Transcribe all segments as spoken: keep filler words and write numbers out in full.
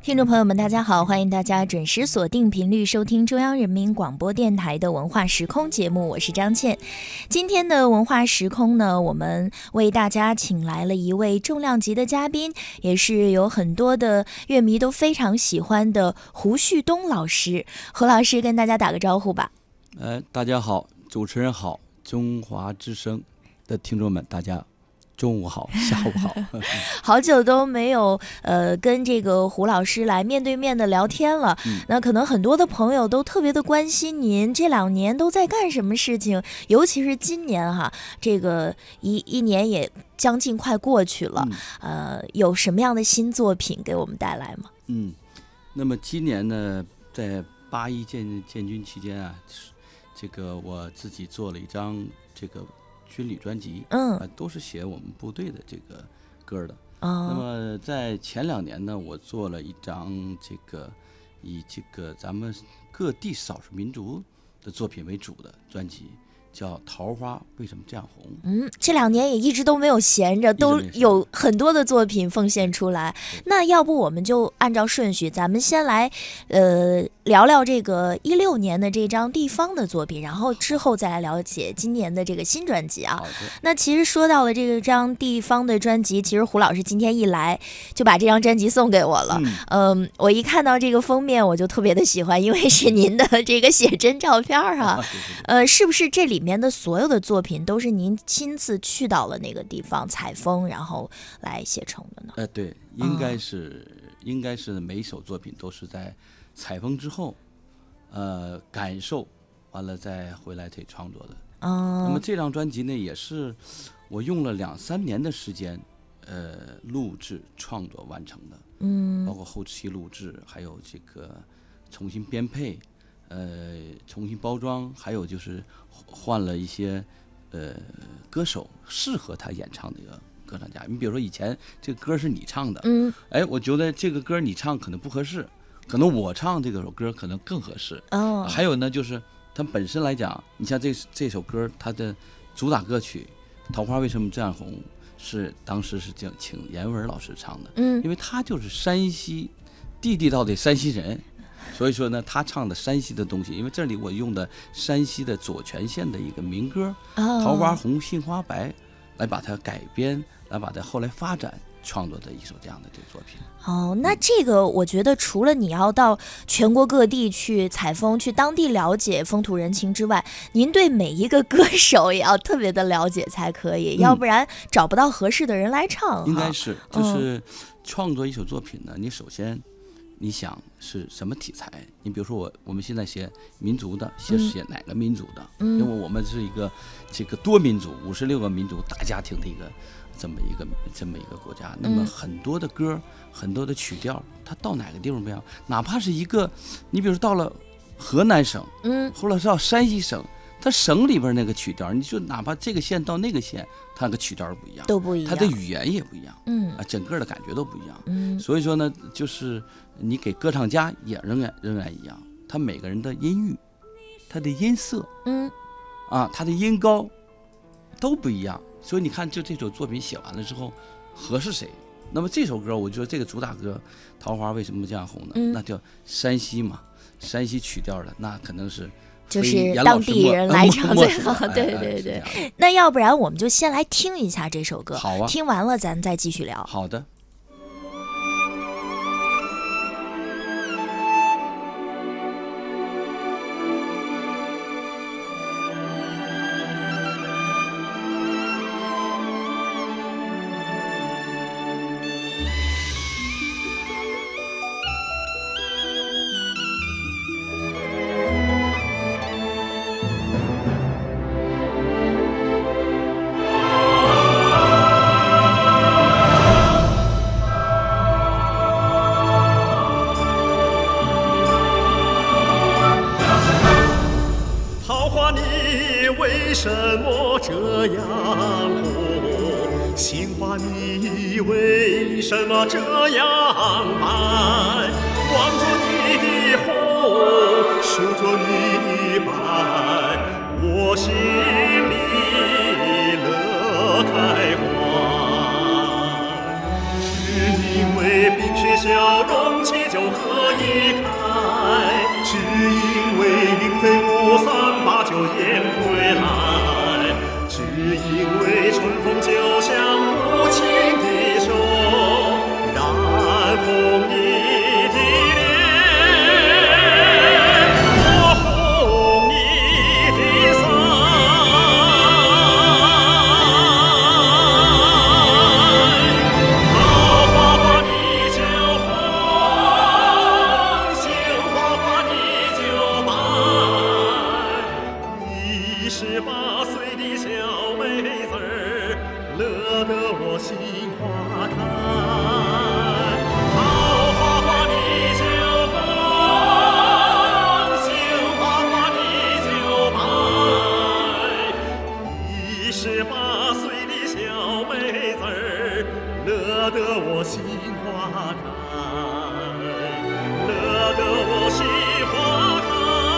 听众朋友们大家好，欢迎大家准时锁定频率收听中央人民广播电台的文化时空节目，我是张倩。今天的文化时空呢，我们为大家请来了一位重量级的嘉宾，也是有很多的乐迷都非常喜欢的胡旭东老师。胡老师跟大家打个招呼吧。 呃，大家好，主持人好，中华之声的听众们大家中午好，下午好。 好久都没有呃跟这个胡老师来面对面的聊天了、嗯、那可能很多的朋友都特别的关心您这两年都在干什么事情，尤其是今年哈，这个一一年也将近快过去了、嗯、呃，有什么样的新作品给我们带来吗？ 嗯，那么今年呢，在八一建建军期间啊，这个我自己做了一张这个军旅专辑，嗯、呃，都是写我们部队的这个歌的。哦、那么在前两年呢，我做了一张这个以这个咱们各地少数民族的作品为主的专辑，叫《桃花为什么这样红》。 嗯，这两年也一直都没有闲着，都有很多的作品奉献出来。那要不我们就按照顺序，咱们先来呃聊聊这个一六年的这张地方的作品，然后之后再来了解今年的这个新专辑啊。那其实说到了这个张地方的专辑，其实胡老师今天一来就把这张专辑送给我了。嗯、呃，我一看到这个封面我就特别的喜欢，因为是您的这个写真照片啊。呃，是不是这里里面的所有的作品都是您亲自去到了那个地方采风，然后来写成的呢？ 呃，对，应该是、哦、应该是每一首作品都是在采风之后，呃，感受完了再回来去创作的。哦。那么这张专辑呢，也是我用了两三年的时间，呃，录制创作完成的。嗯。包括后期录制，还有这个重新编配。呃，重新包装，还有就是换了一些呃歌手适合他演唱的一个歌唱家。你比如说以前这个歌是你唱的，嗯，哎，我觉得这个歌你唱可能不合适，可能我唱这个首歌可能更合适。哦，还有呢，就是它本身来讲，你像这这首歌它的主打歌曲《桃花为什么这样红》是当时是叫请阎文老师唱的，嗯，因为他就是山西地地道的山西人。所以说呢，他唱的山西的东西，因为这里我用的山西的左权县的一个民歌《oh. 桃花红杏花白》，来把它改编，来把它后来发展创作的一首这样的这个作品。 哦、oh, ，那这个我觉得除了你要到全国各地去采风，去当地了解风土人情之外，您对每一个歌手也要特别的了解才可以，嗯、要不然找不到合适的人来唱。 应该是，就是创作一首作品呢，你首先。你想是什么题材？你比如说我，我们现在写民族的，写写哪个民族的？嗯、因为我们是一个这个多民族，五十六个民族大家庭的一个这么一个这么一个国家。那么很多的歌，很多的曲调，它到哪个地方不一样？哪怕是一个，你比如说到了河南省，嗯，或者是到山西省，它省里边那个曲调，你就哪怕这个县到那个县，它那个曲调不一样， 都不一样， 它的语言也不一样，嗯啊，整个的感觉都不一样。嗯，所以说呢，就是你给歌唱家也仍然仍然一样，他每个人的音域，他的音色，嗯，啊，他的音高都不一样。所以你看，就这首作品写完了之后，合适谁？那么这首歌，我觉得这个主打歌《桃花为什么这样红》呢？嗯、那叫山西嘛，山西曲调的，那可能是。 就是当地人来唱最好，对对对。哎、那要不然我们就先来听一下这首歌， 好啊。 听完了咱再继续聊。 好的。 为什么这样红？杏花你为什么这样白？望着你的红，数着你的白，我心里乐开怀。只因为冰雪笑容齐就何以开？只因为莺飞五三把酒言归来，只因为春风就像母亲的手，染红你的脸，我红你的伞。桃花花你就红，杏花花你就白，一十八岁的小妹子儿，乐得我心花开。桃花花你就红，杏花花你就白，一十八岁的小妹子儿，乐得我心花开，乐得我心花开。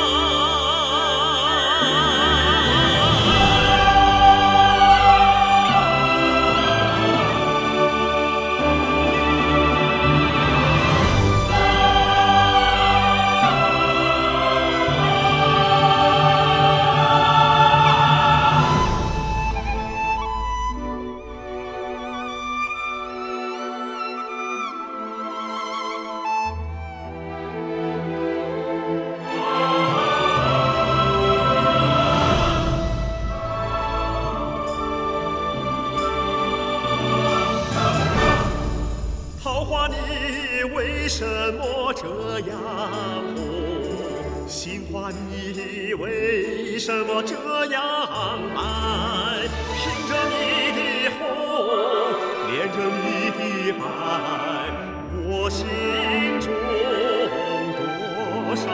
桃花你为什么这样红？杏花你为什么这样白？凭着你的红，恋着你的白，我心中多少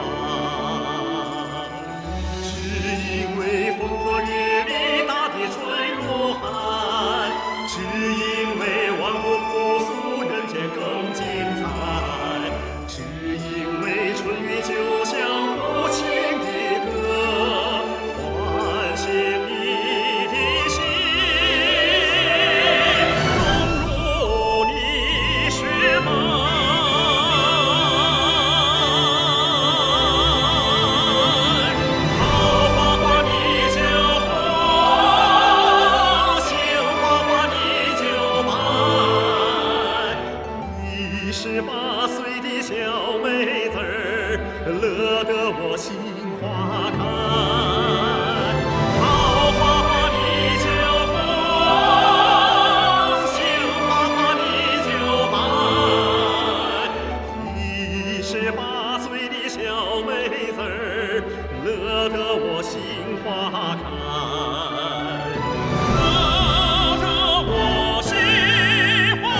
爱。只因为风和日丽大地春如海，只因为万物复苏人间更精彩，只因为春雨就像母亲的歌，唤醒你的心，融入你血脉。桃花花你就红，杏花花你就白，一十八岁的小妹子儿，乐得我心花开。桃花花你就红，杏花花你就白，一十八岁的小妹子儿，乐得我心花开，乐得我心花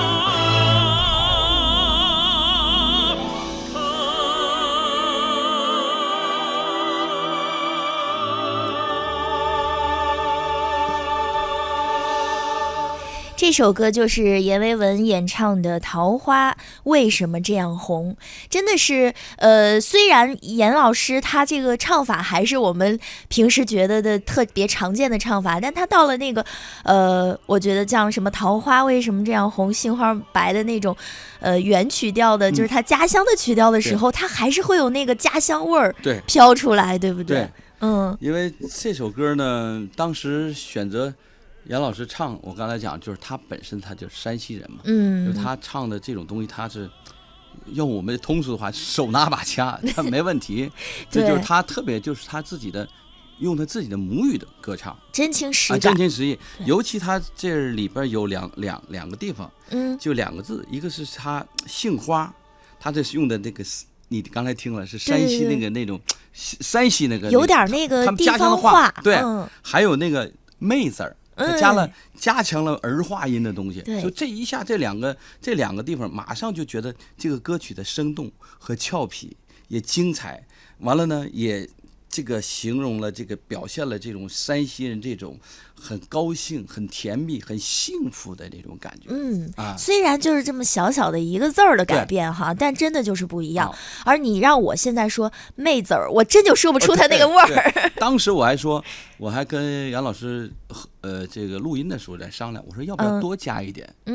这首歌就是阎维文演唱的《桃花为什么这样红》，真的是，呃，虽然阎老师他这个唱法还是我们平时觉得的特别常见的唱法，但他到了那个，呃，我觉得像什么桃花为什么这样红，杏花白的那种，呃，原曲调的，就是他家乡的曲调的时候，他还是会有那个家乡味儿对飘出来，对不对？ 对， 嗯， 因为这首歌呢，当时选择杨老师唱，我刚才讲就是他本身他就是山西人嘛， 嗯， 就是他唱的这种东西，他是用我们通俗的话，手拿把掐，他没问题。这就是他特别就是他自己的，用他自己的母语的歌唱， 真情实感， 感， 真情实意。尤其他这里边有两两两个地方， 嗯， 就两个字，一个是他杏花，他这是用的那个。你刚才听了是山西那个那种山西那个有点那个地方话，对， 嗯， 还有那个妹字儿，他加了、嗯、加强了儿化音的东西，就这一下这两个这两个地方，马上就觉得这个歌曲的生动和俏皮也精彩，完了呢也这个形容了这个表现了这种山西人这种很高兴、很甜蜜、很幸福的这种感觉。 嗯啊， 虽然就是这么小小的一个字儿的改变哈，但真的就是不一样。哦、而你让我现在说妹字儿，我真就说不出它那个味儿。 当时我还说，我还跟杨老师呃这个录音的时候在商量，我说要不要多加一点？ 嗯。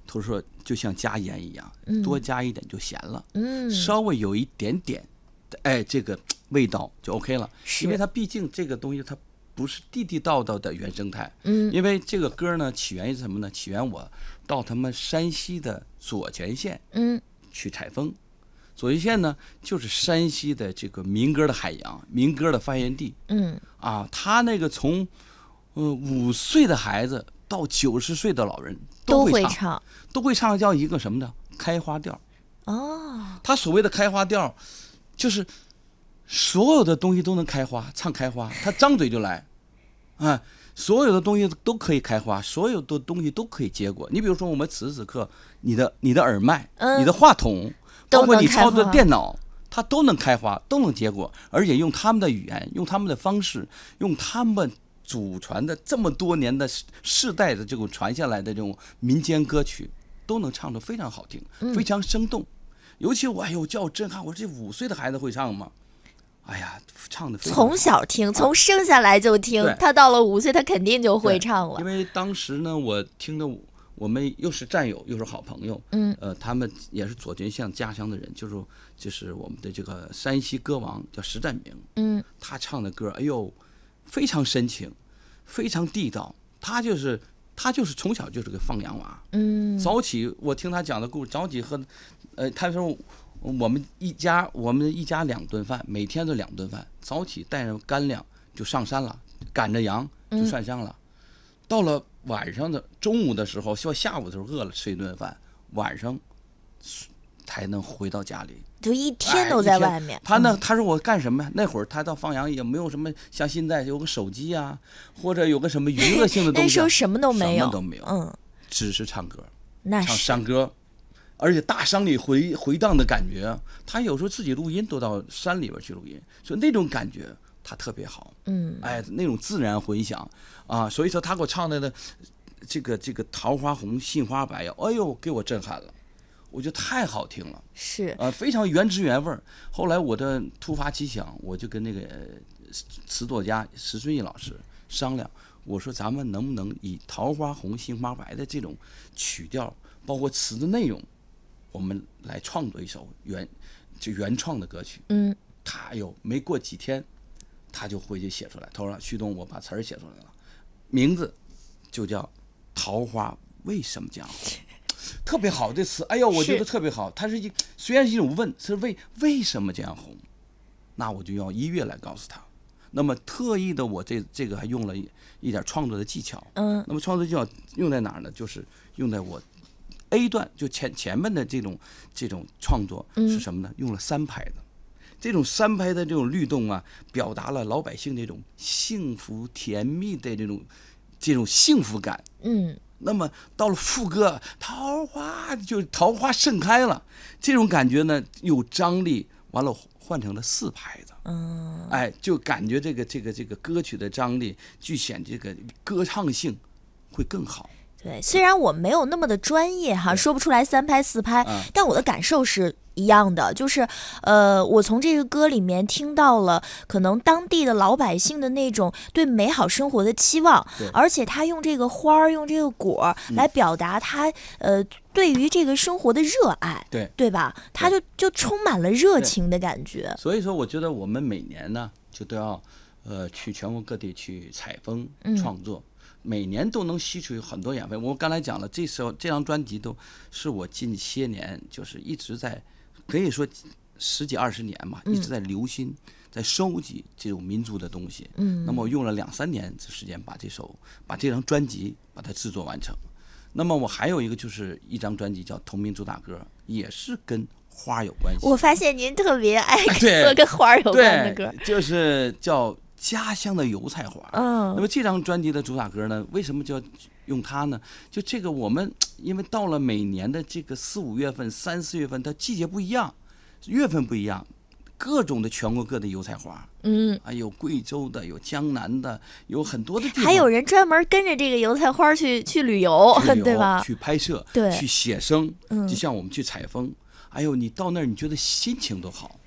他说就像加盐一样， 嗯、 多加一点就咸了， 嗯， 稍微有一点点，哎，这个味道就 OK 了，因为它毕竟这个东西它不是地地道道的原生态。 嗯， 因为这个歌呢起源于什么呢？起源我到他们山西的左权县， 嗯， 去采风。左权县呢，就是山西的这个民歌的海洋，民歌的发源地。 嗯， 啊，他那个从，呃，五岁的孩子到九十岁的老人都会唱，都会唱，都会唱叫一个什么呢？开花调。 哦， 他所谓的开花调，就是所有的东西都能开花，唱开花，他张嘴就来，啊，所有的东西都可以开花，所有的东西都可以结果。你比如说，我们此时此刻，你的你的耳麦，嗯、你的话筒。包括你操作的电脑，它都能开花，都能结果，而且用他们的语言，用他们的方式，用他们祖传的这么多年的世代的这种传下来的这种民间歌曲，都能唱得非常好听，非常生动。嗯、尤其我哎呦叫我震撼，我这五岁的孩子会唱吗？哎呀，唱的从小听，从生下来就听，啊、他到了五岁，他肯定就会唱了。 因为当时呢，我听的。我们又是战友，又是好朋友， 嗯， 呃，他们也是左权县家乡的人，就是就是我们的这个山西歌王叫石占明， 嗯， 他唱的歌，哎呦，非常深情，非常地道。他就是他就是从小就是个放羊娃， 嗯， 早起我听他讲的故事，早起喝，呃，他说我们一家我们一家两顿饭，每天都两顿饭，早起带着干粮就上山了，赶着羊就上山了，嗯、到了。晚上的中午的时候，到下午的时候饿了吃一顿饭，晚上才能回到家里， 就一天都在外面。 哎、他呢，他说我干什么呀？那会儿他到放羊也没有什么像现在有个手机啊，或者有个什么娱乐性的东西、啊。 那时候什么都没有， 什么都没有， 嗯， 只是唱歌， 那唱山歌，而且大山里回回荡的感觉。他有时候自己录音都到山里边去录音，所以那种感觉。他特别好， 嗯， 哎，那种自然混响啊，所以说他给我唱的的这个这个桃花红杏花白呀，哎呦，给我震撼了，我觉得太好听了， 是啊、呃，非常原汁原味。后来我的突发奇想，我就跟那个词作家石顺义老师商量，我说咱们能不能以桃花红杏花白的这种曲调，包括词的内容，我们来创作一首原就原创的歌曲。 嗯， 他有没过几天。他就回去写出来，他说：“旭东，我把词儿写出来了，名字就叫《桃花为什么这样红》，特别好这词。哎呦，我觉得特别好。它是一虽然是一种问，是为为什么这样红？那我就要音乐来告诉他。那么特意的，我这这个还用了一一点创作的技巧。 嗯， 那么创作技巧用在哪儿呢？就是用在我 A 段，就前前面的这种这种创作是什么呢？用了三拍的。”这种三拍的这种律动啊，表达了老百姓这种幸福甜蜜的这种这种幸福感。 嗯， 那么到了副歌，桃花就桃花盛开了，这种感觉呢有张力，完了换成了四拍的。 嗯， 哎，就感觉这个这个这个歌曲的张力，具显这个歌唱性会更好。 对，虽然我没有那么的专业哈，说不出来三拍四拍， 嗯、 但我的感受是一样的，就是呃，我从这个歌里面听到了可能当地的老百姓的那种对美好生活的期望，而且他用这个花儿，用这个果来表达他、嗯、呃对于这个生活的热爱， 对对吧？他就就充满了热情的感觉。 所以说，我觉得我们每年呢，就都要呃去全国各地去采风创作。嗯，每年都能吸取很多养分。我刚才讲了，这时候这张专辑都是我近些年就是一直在，可以说十几二十年嘛，一直在留心，在收集这种民族的东西。 嗯， 那么我用了两三年的时间把这首把这张专辑把它制作完成。那么我还有一个就是一张专辑叫同名主打歌，也是跟花有关系。 我发现您特别爱做跟花有关的歌， 就是叫家乡的油菜花。 嗯， 那么这张专辑的主打歌呢，为什么就要用它呢？就这个我们因为到了每年的这个四五月份、三四月份，它季节不一样，月份不一样，各种的全国各地油菜花， 嗯， 啊，有贵州的，有江南的，有很多的地方， 还有人专门跟着这个油菜花去去旅游， 去旅游对吧？ 去拍摄， 对， 去写生， 嗯， 就像我们去采风，哎呦，你到那儿你觉得心情都好。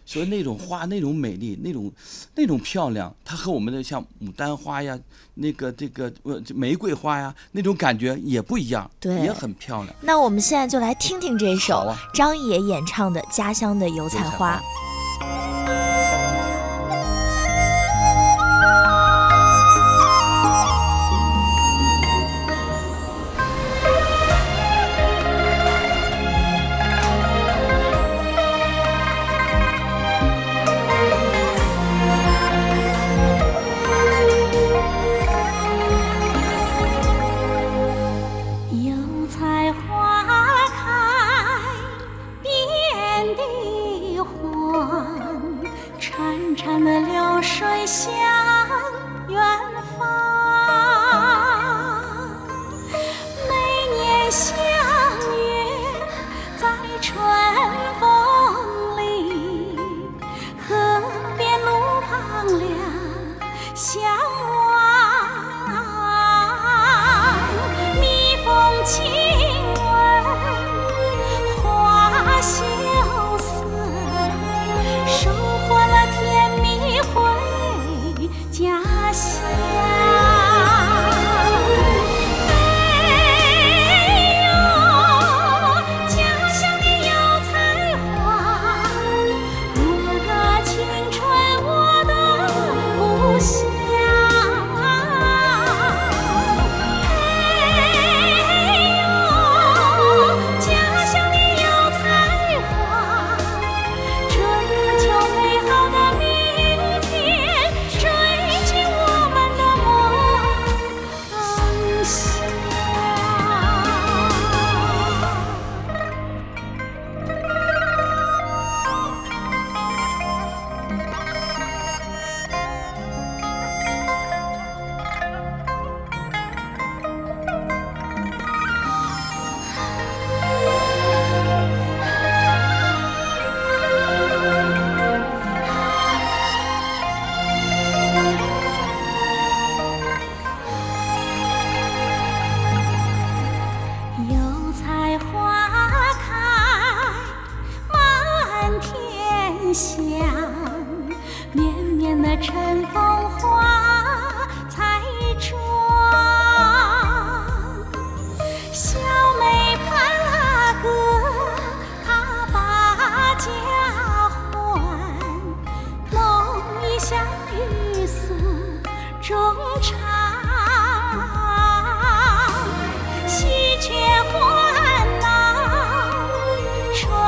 所以那种花那种美丽那种那种漂亮，它和我们的像牡丹花呀那个这个呃玫瑰花呀那种感觉也不一样， 对， 也很漂亮。 那我们现在就来听听这首张也演唱的《家乡的油菜花》。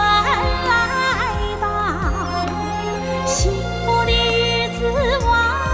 幸福的日子。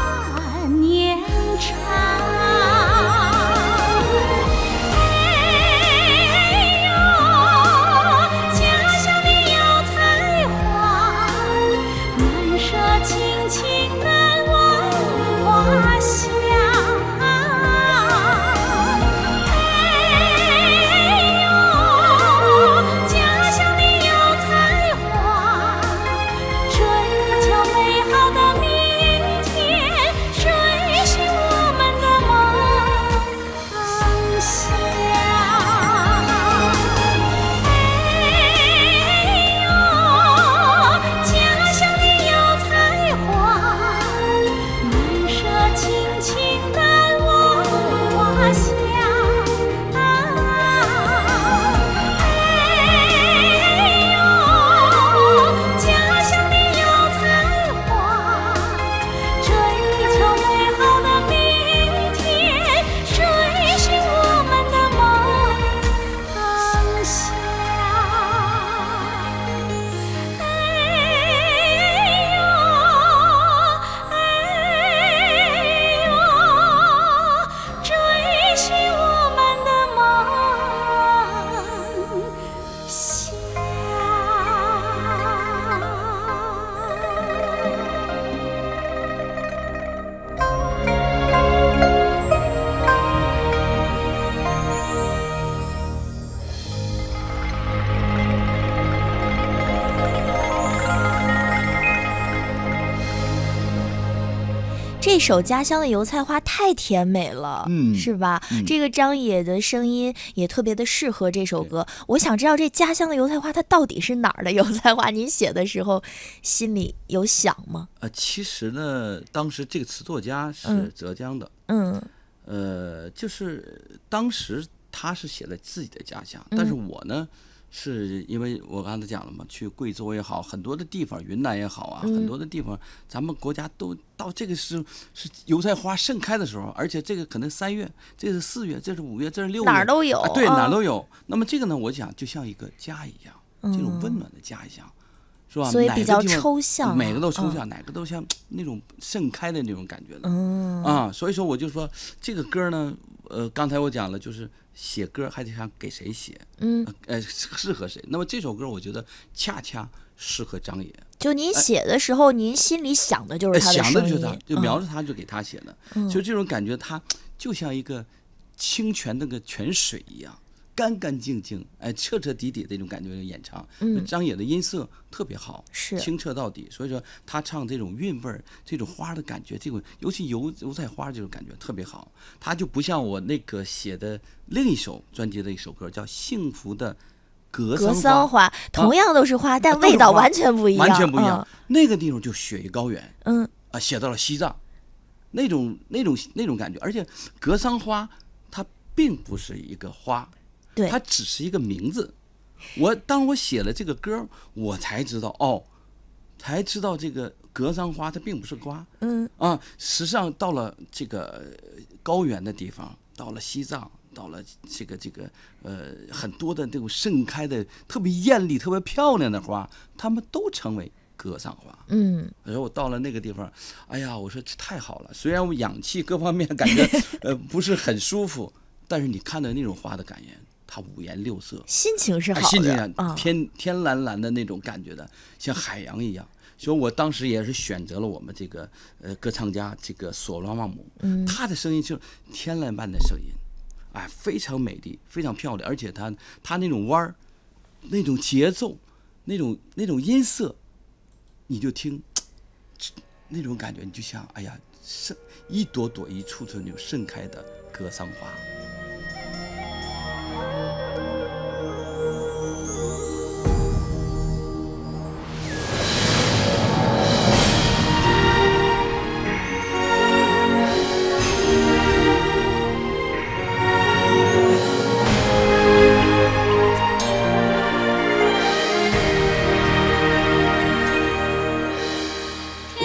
这首《家乡的油菜花》太甜美了， 嗯， 是吧？ 嗯、 这个张也的声音也特别的适合这首歌。我想知道这《家乡的油菜花》它到底是哪儿的油菜花？您写的时候心里有想吗？ 呃，其实呢，当时这个词作家是浙江的， 嗯， 呃，就是当时他是写了自己的家乡，但是我呢。是因为我刚才讲了嘛，去贵州也好，很多的地方，云南也好啊， 嗯、 很多的地方，咱们国家都到这个是是油菜花盛开的时候，而且这个可能三月，这是四月，这是五月，这是六月， 哪儿都有， 啊、对， 啊、 哪儿都有。那么这个呢，我讲就像一个家一样， 嗯、 这种温暖的家一样，是吧？ 所以比较抽象、啊， 每个都抽象，嗯、哪个都像那种盛开的那种感觉的， 嗯啊，所以说我就说这个歌呢，呃，刚才我讲了，就是。写歌还得想给谁写， 嗯， 呃，适合谁？那么这首歌我觉得恰恰适合张也。 就您写的时候，呃、您心里想的就是他的声音， 想的就是他，就描着他就给他写的， 嗯、 就这种感觉，他就像一个清泉那个泉水一样，干干净净，哎，彻彻底底的那种感觉的演唱。 嗯， 张也的音色特别好， 是清澈到底，所以说他唱这种韵味儿，这种花的感觉，这种尤其油油菜花这种感觉特别好。他就不像我那个写的另一首专辑的一首歌，叫《幸福的格桑花》， 格桑花同样都是花，啊、但味道完全不一样， 完全不一样。 嗯、 那个地方就雪域高原， 嗯啊，写到了西藏，那种那种那种感觉，而且格桑花它并不是一个花。 对， 它只是一个名字。我当我写了这个歌，我才知道哦，才知道这个格桑花它并不是花。 嗯啊，实际上到了这个高原的地方，到了西藏，到了这个这个呃很多的这种盛开的特别艳丽、特别漂亮的花，它们都成为格桑花。 嗯， 然后我到了那个地方，哎呀，我说这太好了。虽然我氧气各方面感觉呃不是很舒服，但是你看到那种花的感觉。它五颜六色， 心情是好的， 心情啊， 天天蓝蓝的那种感觉的，像海洋一样。所以我当时也是选择了我们这个呃歌唱家这个索罗旺姆， 嗯， 他的声音就是天籁般的声音，哎，非常美丽，非常漂亮，而且他他那种弯儿，那种节奏，那种那种音色，你就听那种感觉，你就像哎呀，盛一朵朵一簇簇那种盛开的格桑花。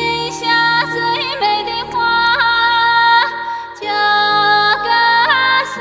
最美的花叫格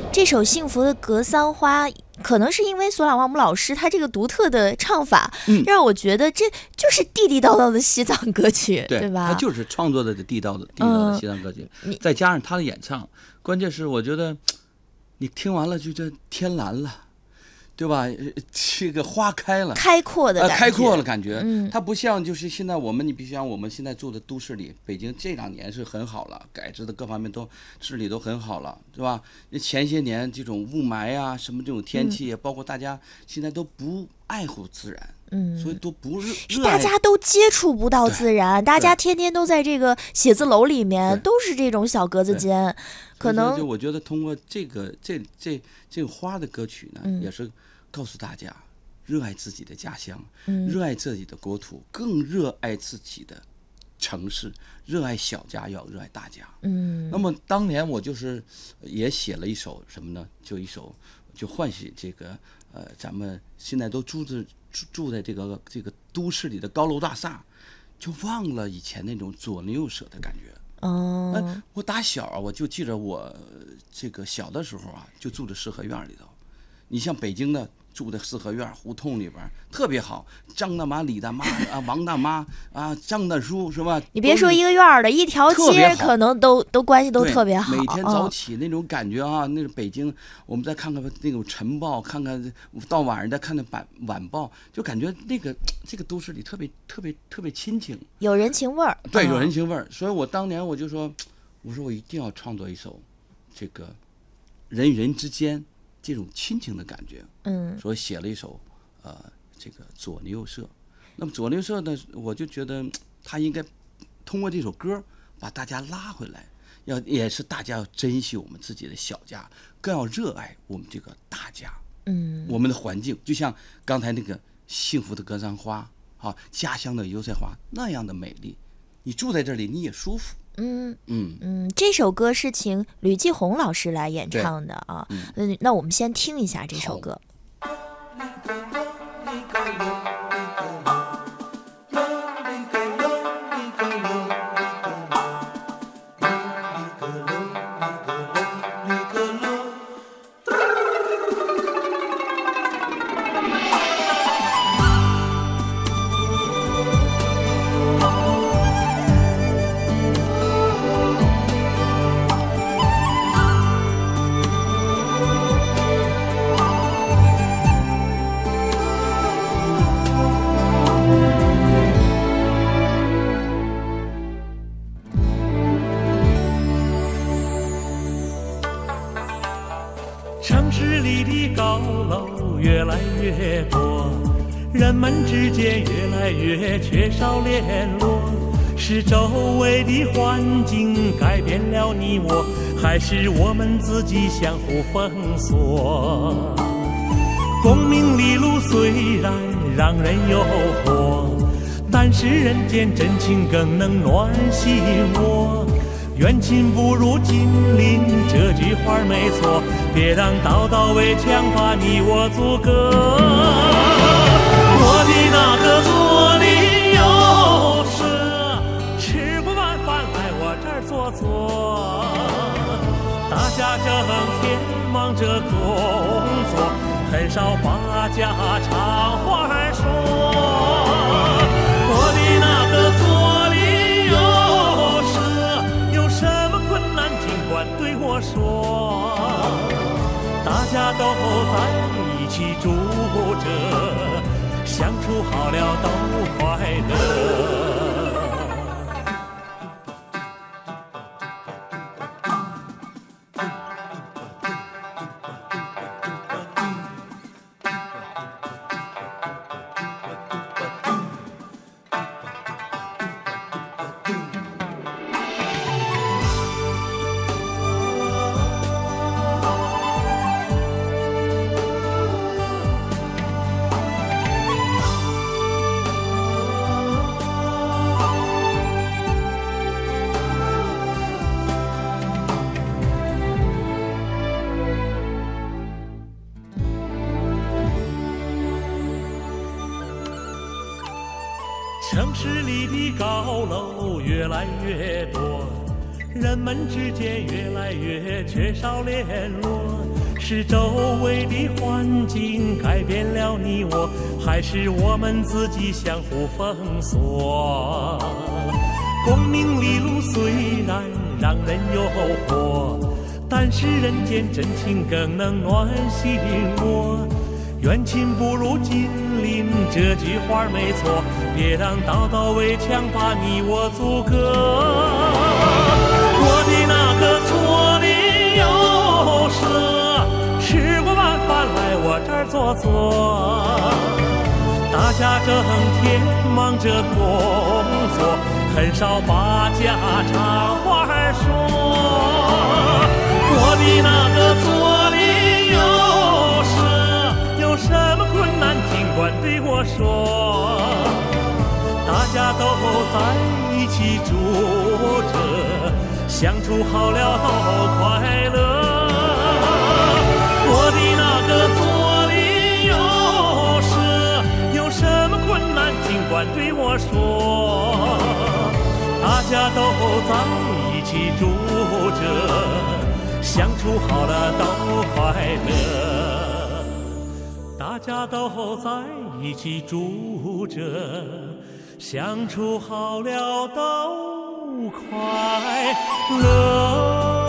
这首《幸福的格桑花》，可能是因为索朗旺姆老师他这个独特的唱法，嗯、让我觉得这就是地地道道的西藏歌曲， 对, 对吧？ 他就是创作的地道的地道的西藏歌曲，嗯、再加上他的演唱，关键是我觉得你听完了就这天蓝了。对吧？这个花开了， 开阔的感觉， 呃、开阔了感觉。 嗯， 它不像就是现在我们，你必须像我们现在住的都市里，北京这两年是很好了，改制的各方面都治理都很好了，对吧？前些年这种雾霾啊，什么这种天气，嗯、包括大家现在都不爱护自然。嗯，所以都不热， 大家都接触不到自然，大家天天都在这个写字楼里面，都是这种小格子间，可能就我觉得通过这个这这这个花的歌曲呢，嗯、也是告诉大家热爱自己的家乡，嗯、热爱自己的国土，更热爱自己的城市，热爱小家要热爱大家。嗯，那么当年我就是也写了一首什么呢？就一首就唤醒这个呃咱们现在都住着。住住在这个这个都市里的高楼大厦，就忘了以前那种左邻右舍的感觉。 哦、 呃，我打小我就记着我这个小的时候啊，就住在四合院里头。你像北京的住在四合院胡同里边特别好，张大妈、李大妈啊、王大妈啊、张大叔是吧？ 你别说一个院的，一条街可能都都关系都特别好。 每天早起那种感觉啊，哦、那种北京，我们再看看那种晨报，看看到晚上再看看晚晚报，就感觉那个这个都市里特别特别特别亲情， 有人情味儿。 对，有人情味儿。所以我当年我就说，我说我一定要创作一首这个人与人之间这种亲情的感觉。嗯，所以写了一首呃这个左邻右舍。那么左邻右舍呢，我就觉得他应该通过这首歌把大家拉回来，要也是大家要珍惜我们自己的小家，更要热爱我们这个大家。嗯，我们的环境就像刚才那个幸福的格桑花啊，家乡的油菜花那样的美丽，你住在这里你也舒服。 嗯嗯嗯，这首歌是请吕继红老师来演唱的啊。嗯，那我们先听一下这首歌。 城市里的高楼越来越多，人们之间越来越缺少联络，是周围的环境改变了你我，还是我们自己相互封锁？功名利禄虽然让人诱惑，但是人间真情更能暖心窝。远亲不如近邻，这句话没错，别让道道围墙把你我阻隔。我的那个左邻右舍，吃不完饭来我这儿坐坐，大家整天忙着工作，很少把家常话说。我的那个左邻右舍，有什么困难尽管对我说，大家都在一起住着，相处好了都快乐。城市里的高楼越来越多， 人们之间越来越缺少联络，是周围的环境改变了你我，还是我们自己相互封锁？功名利禄虽然让人诱惑，但是人间真情更能暖心窝。远亲不如近邻，这句话没错，别让道道围墙把你我阻隔。我的那个左邻右舍，吃过晚饭来我这儿坐坐，大家整天忙着工作，很少把家常话说。我的那个左邻右舍，有什么困难尽管对我说，大家都在一起住着，相处好了都快乐。我的那个左邻右舍，有什么困难尽管对我说，大家都在一起住着，相处好了都快乐。大家都在一起住着，相处好了都快乐。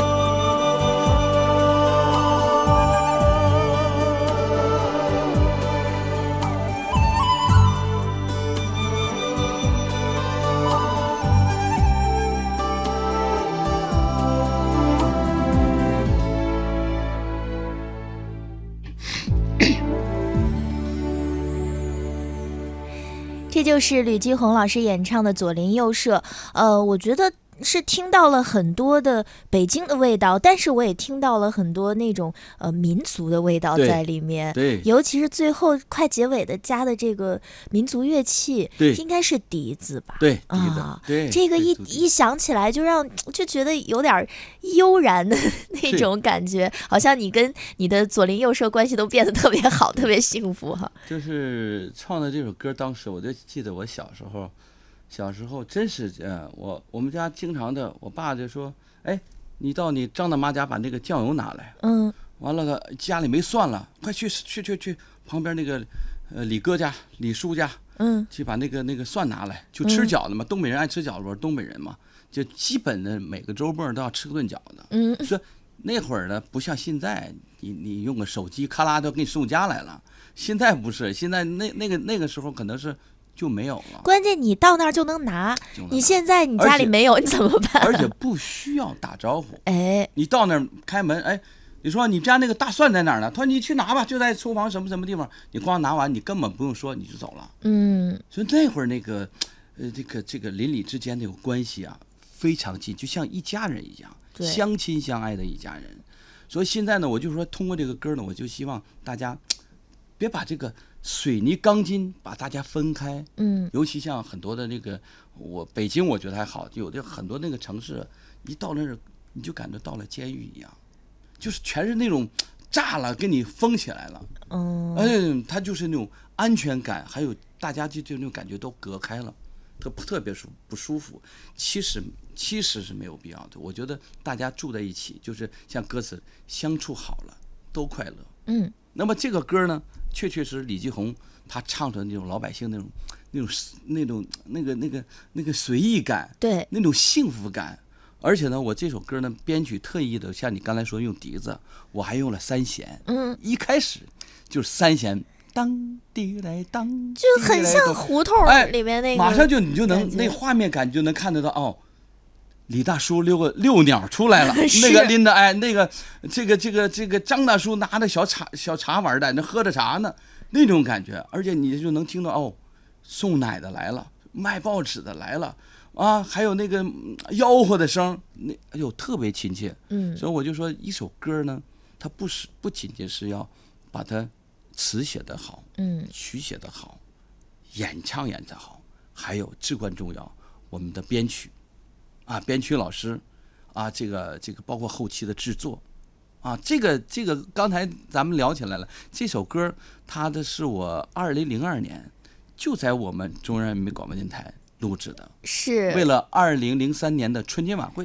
这就是吕继红老师演唱的《左邻右舍》。呃，我觉得是听到了很多的北京的味道，但是我也听到了很多那种呃民族的味道在里面。 对，对， 尤其是最后快结尾的加的这个民族乐器， 对， 应该是笛子吧？ 对，笛子， 啊， 对， 这个一一想起来就让就觉得有点悠然的那种感觉，好像你跟你的左邻右舍关系都变得特别好，特别幸福哈。 就是唱的这首歌，当时我就记得我小时候。小时候真是，呃，我我们家经常的，我爸就说，哎，你到你张大妈家把那个酱油拿来， 嗯， 完了个家里没蒜了，快去去去去旁边那个，呃，李哥家、李叔家， 嗯， 去把那个那个蒜拿来，就吃饺子嘛，嗯、东北人爱吃饺子，我是东北人嘛，就基本的每个周末都要吃顿饺子， 嗯， 说那会儿呢，不像现在，你你用个手机，咔啦都给你送家来了，现在不是，现在那那个那个时候可能是。就没有了。 关键你到那儿就能拿，你现在你家里没有，你怎么办？ 而且不需要打招呼。 哎， 你到那儿开门，哎，你说你家那个大蒜在哪儿呢？他说你去拿吧，就在厨房什么什么地方。你光拿完，你根本不用说，你就走了。 嗯， 所以那会儿那个，呃，这个这个邻里之间那个关系啊，非常近，就像一家人一样，相亲相爱的一家人。所以现在呢，我就说通过这个歌呢，我就希望大家别把这个。水泥钢筋把大家分开， 嗯， 尤其像很多的那个，我北京我觉得还好，有的很多那个城市，一到那儿你就感觉到了监狱一样，就是全是那种炸了，给你封起来了， 嗯， 嗯，它就是那种安全感，还有大家就就那种感觉都隔开了，特特别舒不舒服。其实其实是没有必要的，我觉得大家住在一起，就是像歌词相处好了都快乐， 嗯。 那么这个歌呢？确确实，李继红他唱着那种老百姓那种、那种、那种、那个、那个、那个随意感， 对， 那种幸福感。而且呢，我这首歌呢，编曲特意的，像你刚才说用笛子，我还用了三弦。 嗯， 一开始就是三弦，当滴来当， 就很像胡同里面那个、 哎，马上就你就能那画面感就能看得到哦。李大叔溜个遛鸟出来了，那个拎的哎，那个这个这个这个张大叔拿着小茶小茶碗在那喝着茶呢，那种感觉，而且你就能听到哦，送奶的来了，卖报纸的来了啊，还有那个吆喝的声，那哎呦特别亲切。 嗯， 所以我就说一首歌呢，它不是不仅仅是要把它词写得好， 嗯， 曲写得好，演唱演得好，还有至关重要，我们的编曲。啊，编曲老师，啊，这个这个包括后期的制作，啊，这个这个刚才咱们聊起来了，这首歌它的是我二零零二年就在我们中央人民广播电台录制的， 是为了二零零三年的春节晚会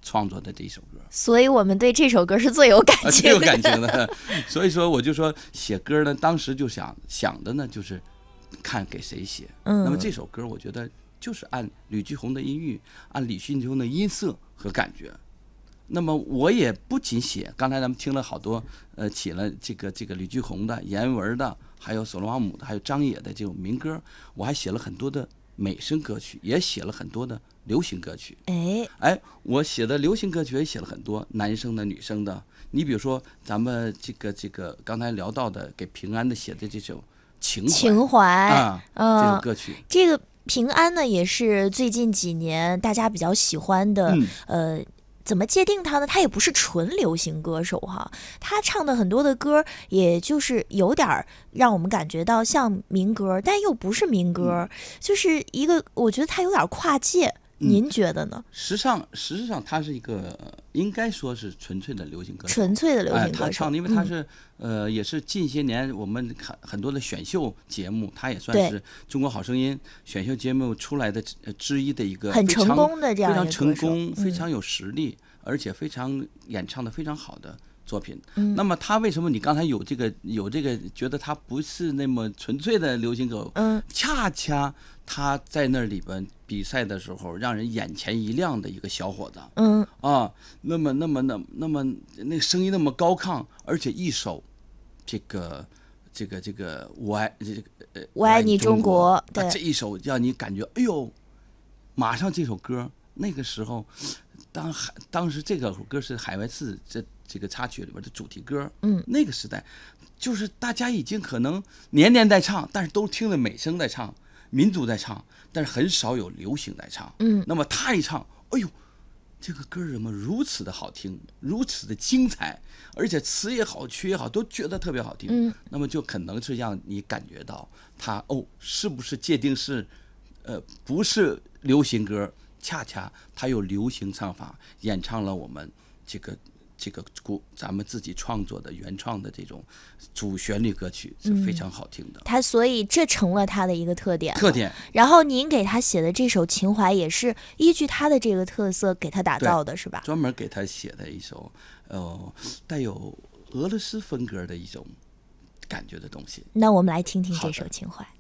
创作的这首歌， 所以我们对这首歌是最有感情的， 最有感情的。所以说我就说写歌呢，当时就想想的呢就是看给谁写。嗯，那么这首歌我觉得就是按吕巨宏的音域，按李勋中的音色和感觉。那么我也不仅写，刚才咱们听了好多，呃，写了这个这个吕巨宏的、阎文的，还有索罗瓦姆的，还有张野的这种民歌，我还写了很多的美声歌曲，也写了很多的流行歌曲。 哎哎，我写的流行歌曲也写了很多，男生的、女生的。你比如说咱们这个这个刚才聊到的给平安的写的这首情怀情怀啊、 呃， 这首歌曲， 这个平安呢也是最近几年大家比较喜欢的，嗯、呃。怎么界定他呢？他也不是纯流行歌手哈，他唱的很多的歌，也就是有点让我们感觉到像民歌，但又不是民歌，嗯、就是一个，我觉得他有点跨界。您觉得呢？ 实际上，实际上他是一个应该说是纯粹的流行歌手， 纯粹的流行歌手。 哎、他唱，因为他是、嗯、呃，也是近些年我们看很多的选秀节目，他也算是中国好声音选秀节目出来的之一的一个很成功的这样一个非常成功、非常有实力，嗯、而且非常演唱的非常好的作品。 嗯、 那么他为什么你刚才有这个有这个觉得他不是那么纯粹的流行歌手？ 嗯， 恰恰他在那里边比赛的时候，让人眼前一亮的一个小伙子。 嗯啊，那么那么那那么那个声音那么高亢，而且一首这个这个这个我爱这个呃我爱你中国，对、 啊、这一首让你感觉哎呦，马上这首歌那个时候。当海当时这个歌是海外四这这个插曲里边的主题歌， 嗯， 那个时代，就是大家已经可能年年在唱，但是都听着美声在唱，民族在唱，但是很少有流行在唱， 嗯， 那么他一唱，哎呦，这个歌怎么如此的好听，如此的精彩，而且词也好，曲也好，都觉得特别好听， 嗯， 那么就可能是让你感觉到他哦，是不是界定是，呃，不是流行歌。恰恰他有流行唱法，演唱了我们这个这个古咱们自己创作的原创的这种主旋律歌曲是非常好听的。 嗯、他所以这成了他的一个特点。 特点。 然后您给他写的这首《情怀》也是依据他的这个特色给他打造的，是吧？ 专门给他写的一首，呃，带有俄罗斯风格的一种感觉的东西。 那我们来听听这首《情怀》。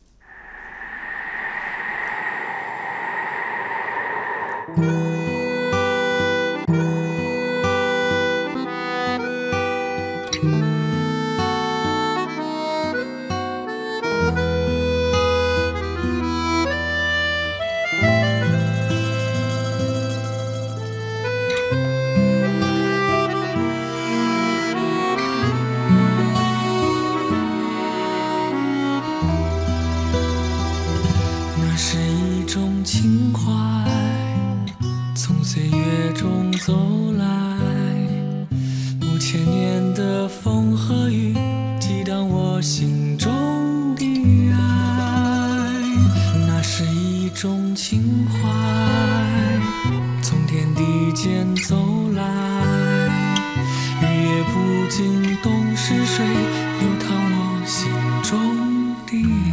那是一种情怀，从岁月中走来，五千年的风和雨激荡我心中的爱。那是一种情怀，从天地间走来，日夜不惊动是水，流淌我心中的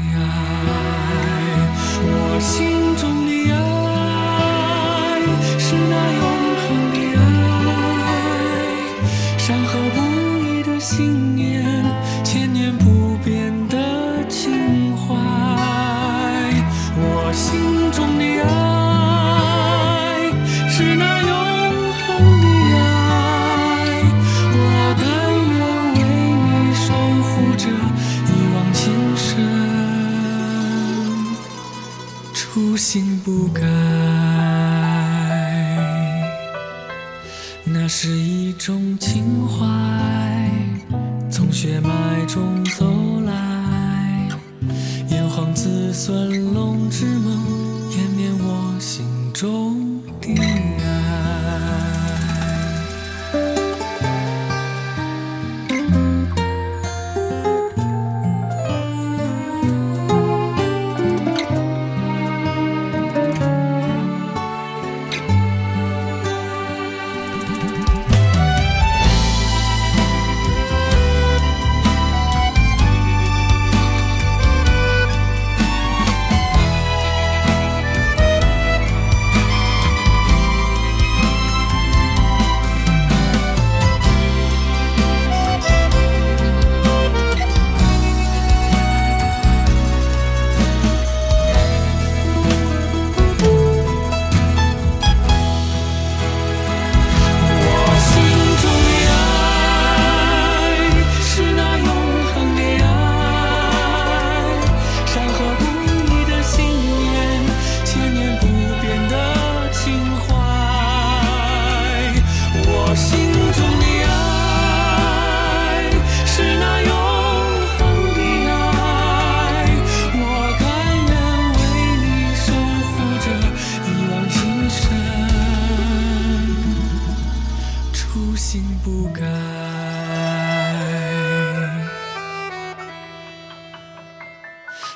爱。我心中的爱是那永恒的爱，山河不移的信念，千年不变的情怀。我心中的爱是那永恒的爱，我甘愿为你守护着一往情深，初心不改。那是一种情怀，从血脉中走来，炎黄子孙龙之梦，湮灭我心中的爱。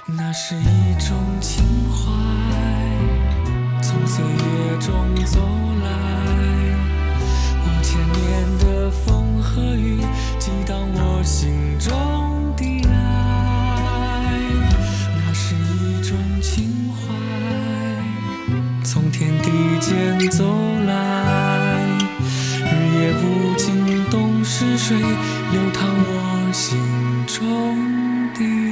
那是一种情怀，从岁月中走来，五千年的风和雨激荡我心中的爱。那是一种情怀，从天地间走来，日夜不惊动是水，流淌我心中的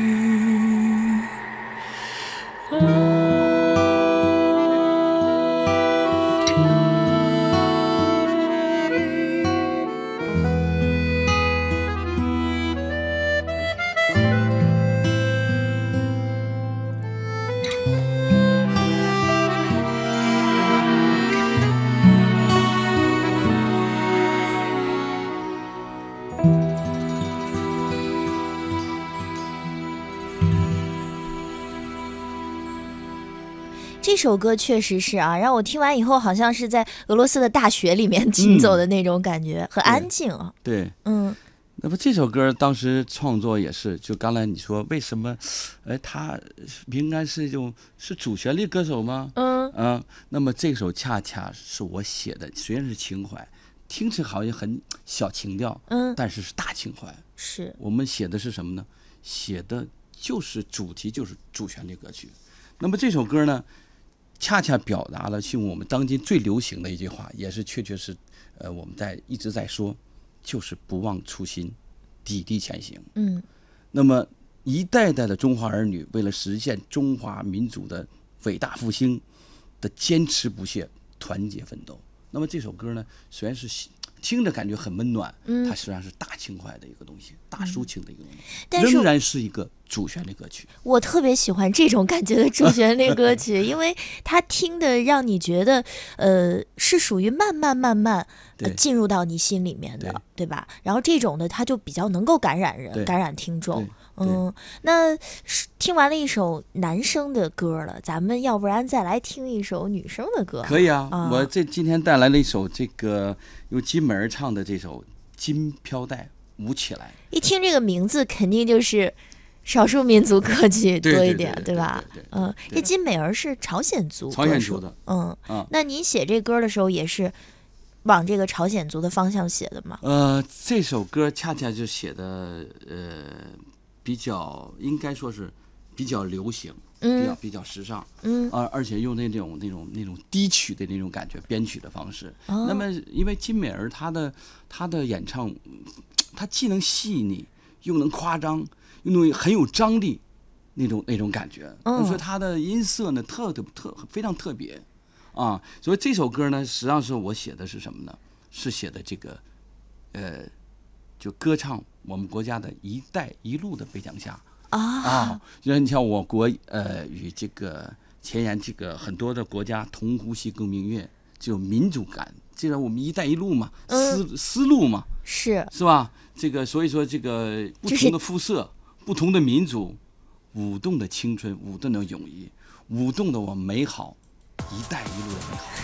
这首歌确实是啊，让我听完以后好像是在俄罗斯的大学里面行走的那种感觉，嗯、很安静啊。 对， 嗯， 那么这首歌当时创作也是，就刚才你说为什么，哎，他应该是一种是主旋律歌手吗？ 嗯啊，那么这首恰恰是我写的，虽然是情怀，听着好像很小情调， 嗯， 但是是大情怀。 是我们写的是什么呢？写的就是主题就是主旋律歌曲。那么这首歌呢？恰恰表达了用我们当今最流行的一句话，也是确确实，呃，我们在一直在说，就是不忘初心，砥砺前行。 嗯， 那么一代代的中华儿女为了实现中华民族的伟大复兴的坚持不懈、团结奋斗。那么这首歌呢，虽然是听着感觉很温暖， 嗯， 它实际上是大情怀的一个东西，大抒情的一个东西， 但是仍然是一个主旋律歌曲。 我特别喜欢这种感觉的主旋律歌曲，因为它听的让你觉得，呃，是属于慢慢慢慢、呃、进入到你心里面的， 对, 对吧？然后这种的，它就比较能够感染人，感染听众。嗯，那听完了一首男生的歌了，咱们要不然再来听一首女生的歌？ 可以啊， 啊我这今天带来了一首这个由金美儿唱的这首《金飘带舞起来》。 一听这个名字，肯定就是少数民族歌曲多一点， 对, 对, 对, 对, 对吧？ 对对对对嗯，这金美儿是朝鲜族， 朝鲜族的。 嗯， 啊， 那您写这歌的时候也是往这个朝鲜族的方向写的吗？ 呃，这首歌恰恰就写的呃比较应该说是比较流行， 嗯， 比较比较时尚， 嗯， 而、呃、而且用那种那种那种低曲的那种感觉编曲的方式。 哦、 那么因为金美儿她的她的演唱，她既能细腻，又能夸张，又能很有张力，那种那种感觉。 嗯， 所以她的音色呢特特特非常特别。啊，所以这首歌呢，实际上是我写的是什么呢？是写的这个，呃，就歌唱我们国家的一带一路的背景下啊啊，就你像我国呃与这个前沿这个很多的国家同呼吸共鸣乐，就有民主感，这个我们一带一路嘛，思、嗯、思路嘛， 是是吧？这个所以说这个不同的肤色、就是、不同的民族，舞动的青春，舞动的友谊，舞动的我们美好。一带一路的美好。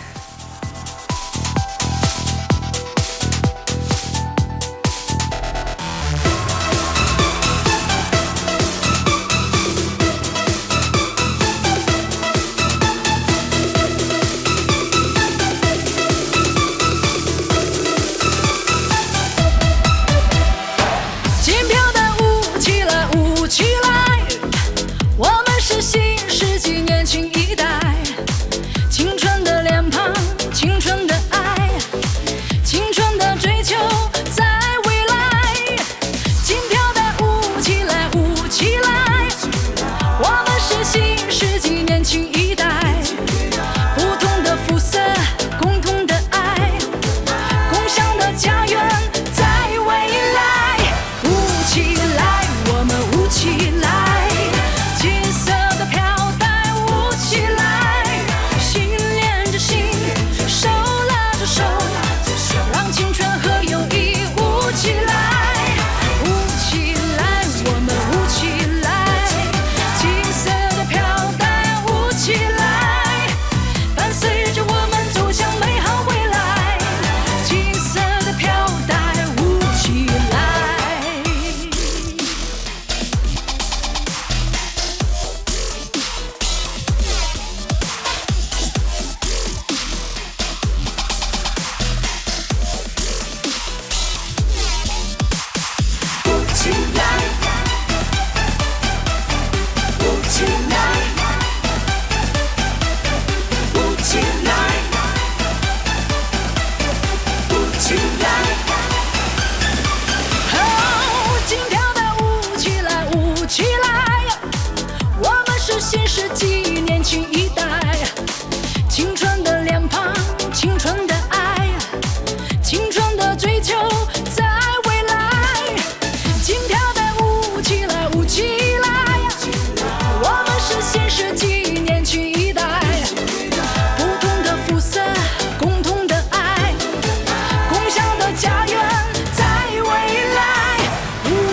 金飘带舞起来，舞起来，我们是新世纪年轻一代。青春的脸庞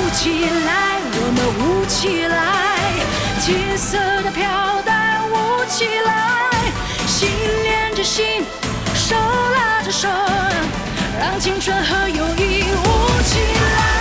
起来，我们舞起来，金色的飘带舞起来，心连着心，手拉着手，让青春和友谊舞起来。